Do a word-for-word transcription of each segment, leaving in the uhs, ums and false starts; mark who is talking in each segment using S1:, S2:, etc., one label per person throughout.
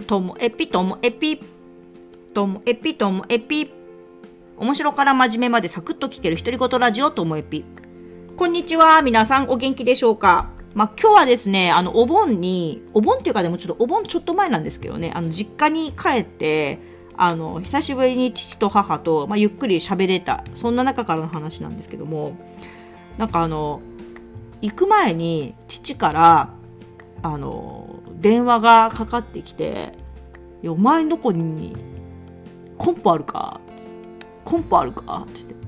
S1: ともえぴともえぴともえぴともえぴ、面白から真面目までサクッと聞ける独り言ラジオともえぴ。こんにちは、皆さんお元気でしょうか。まあ、今日はですね、あのお盆にお盆っていうかでもちょっとお盆ちょっと前なんですけどね、あの実家に帰ってあの久しぶりに父と母と、まあ、ゆっくり喋れた、そんな中からの話なんですけども、なんかあの行く前に父からあの電話がかかってきて、いやお前のとこにコンポあるかコンポあるかって言って、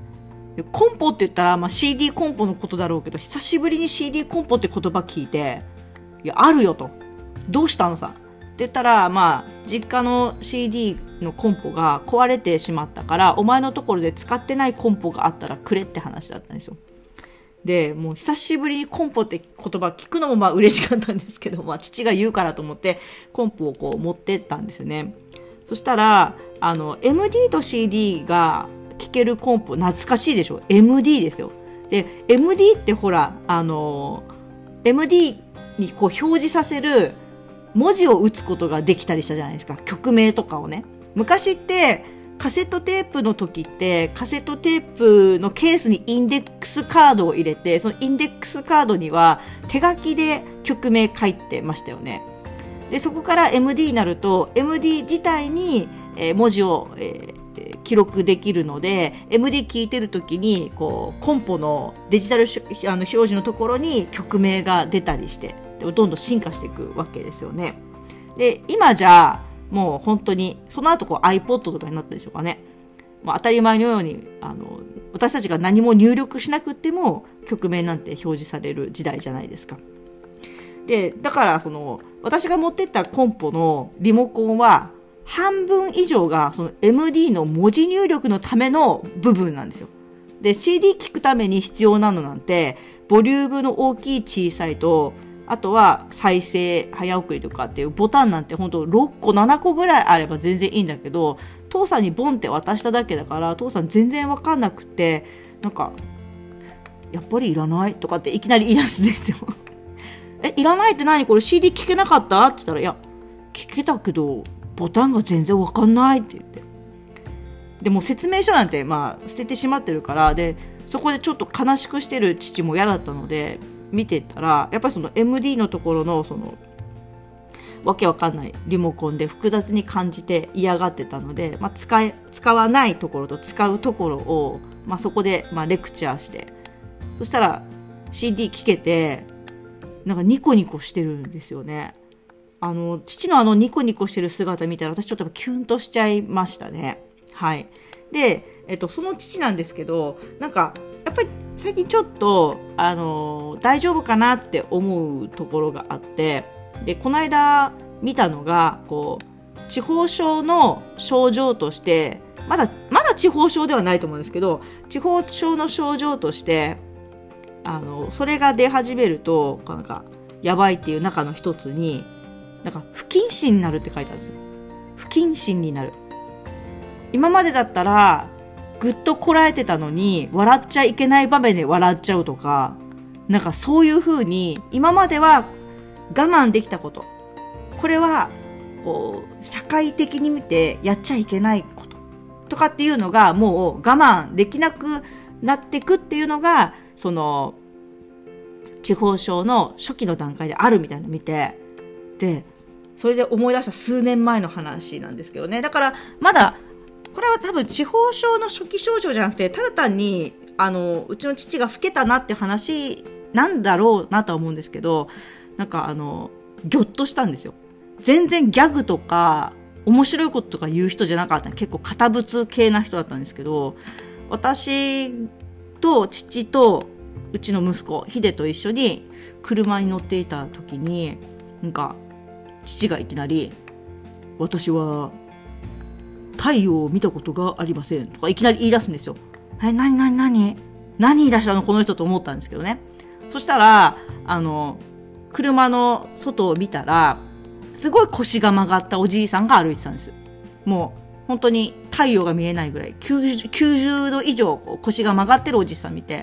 S1: コンポって言ったら、まあ、シーディー コンポのことだろうけど、久しぶりに シーディー コンポって言葉聞いて、いやあるよと、どうしたのさって言ったら、まあ実家の シーディー のコンポが壊れてしまったから、お前のところで使ってないコンポがあったらくれって話だったんですよ。でもう久しぶりにコンポって言葉聞くのもまあ嬉しかったんですけど、まあ、父が言うからと思ってコンポをこう持ってったんですよね。そしたらあの エムディー と シーディー が聞けるコンポ、懐かしいでしょ。 エムディー ですよ。で エムディー ってほらあの エムディー にこう表示させる文字を打つことができたりしたじゃないですか、曲名とかをね。昔ってカセットテープの時ってカセットテープのケースにインデックスカードを入れて、そのインデックスカードには手書きで曲名書いてましたよね。でそこから エムディー になると エムディー 自体に、えー、文字を、えー、記録できるので、 エムディー 聞いてる時にこうコンポのデジタルあの表示のところに曲名が出たりしてどんどん進化していくわけですよね。で今じゃあもう本当にその後こう iPod とかになったでしょうかね。まあ、当たり前のようにあの私たちが何も入力しなくても曲名なんて表示される時代じゃないですか。でだからその私が持ってったコンポのリモコンは半分以上がその エムディー の文字入力のための部分なんですよ。で シーディー 聞くために必要なのなんてボリュームの大きい小さいと、あとは再生早送りとかっていうボタンなんて本当ろっこななこぐらいあれば全然いいんだけど、父さんにボンって渡しただけだから父さん全然分かんなくて、なんかやっぱりいらないとかっていきなり言い出すんですよえいらないって何これ シーディー 聞けなかったって言ったら、いや聞けたけどボタンが全然分かんないって言って、でも説明書なんてまあ捨ててしまってるから、でそこでちょっと悲しくしてる父も嫌だったので見てたら、やっぱりその エムディー のところのそのわけわかんないリモコンで複雑に感じて嫌がってたので、まあ、使え使わないところと使うところを、まあ、そこでまあレクチャーして、そしたら シーディー 聞けてなんかニコニコしてるんですよね。あの父のあのニコニコしてる姿見たら私ちょっとキュンとしちゃいましたね。はい。で、えっと、その父なんですけど、なんかやっぱり最近ちょっと、あのー、大丈夫かなって思うところがあって、でこの間見たのがこう痴呆症の症状として、まだまだ痴呆症ではないと思うんですけど、痴呆症の症状としてあのそれが出始めるとなんかやばいっていう中の一つに、なんか不謹慎になるって書いてあるんですよ。不謹慎になる。今までだったらぐっとこらえてたのに笑っちゃいけない場面で笑っちゃうとか、なんかそういう風に今までは我慢できたこと、これはこう社会的に見てやっちゃいけないこととかっていうのがもう我慢できなくなっていくっていうのがその痴呆症の初期の段階であるみたいなのを見て、でそれで思い出した数年前の話なんですけどね。だからまだこれは多分痴呆症の初期症状じゃなくて、ただ単にあのうちの父が老けたなって話なんだろうなとは思うんですけど、なんかあのギョッとしたんですよ。全然ギャグとか面白いこととか言う人じゃなかった。結構堅物系な人だったんですけど、私と父とうちの息子ヒデと一緒に車に乗っていた時に、なんか父がいきなり私は太陽を見たことがありませんとかいきなり言い出すんですよ。え、なになになに何言い出したのこの人と思ったんですけどね。そしたらあの車の外を見たらすごい腰が曲がったおじいさんが歩いてたんです。もう本当に太陽が見えないぐらいきゅうじゅう、きゅうじゅうど以上腰が曲がってるおじさん見て、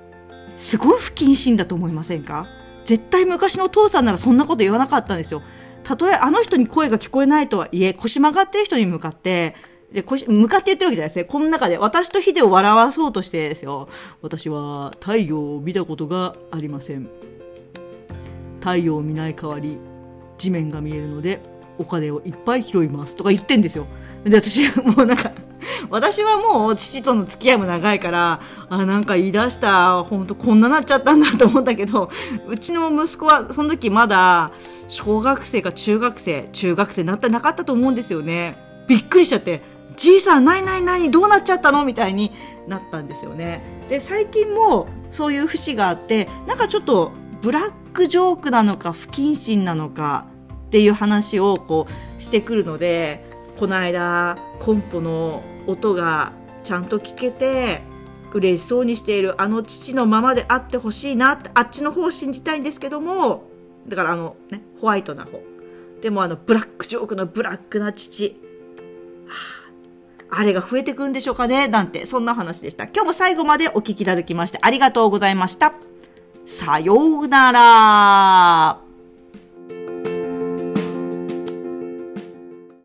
S1: すごい不謹慎だと思いませんか？絶対昔のお父さんならそんなこと言わなかったんですよ。 たとえあの人に声が聞こえないとはいえ、腰曲がってる人に向かって、で、腰、向かって言ってるわけじゃないですね。この中で私とヒデを笑わそうとしてですよ。私は太陽を見たことがありません。太陽を見ない代わり、地面が見えるので、お金をいっぱい拾います。とか言ってんですよ。で、私、もうなんか、私はもう父との付き合いも長いから、あ、なんか言い出した、ほんとこんななっちゃったんだと思ったけど、うちの息子はその時まだ小学生か中学生、中学生になってなかったと思うんですよね。びっくりしちゃって、じいさん、なになになにどうなっちゃったのみたいになったんですよね。で、最近もそういう節があって、なんかちょっとブラックジョークなのか不謹慎なのかっていう話をこうしてくるので、この間コンポの音がちゃんと聞けて嬉しそうにしているあの父のままであってほしいなって、あっちの方を信じたいんですけども、だからあのね、ホワイトな方でもあのブラックジョークのブラックな父、はあ、あれが増えてくるんでしょうかね、なんて、そんな話でした。今日も最後までお聞きいただきましてありがとうございました。さようなら。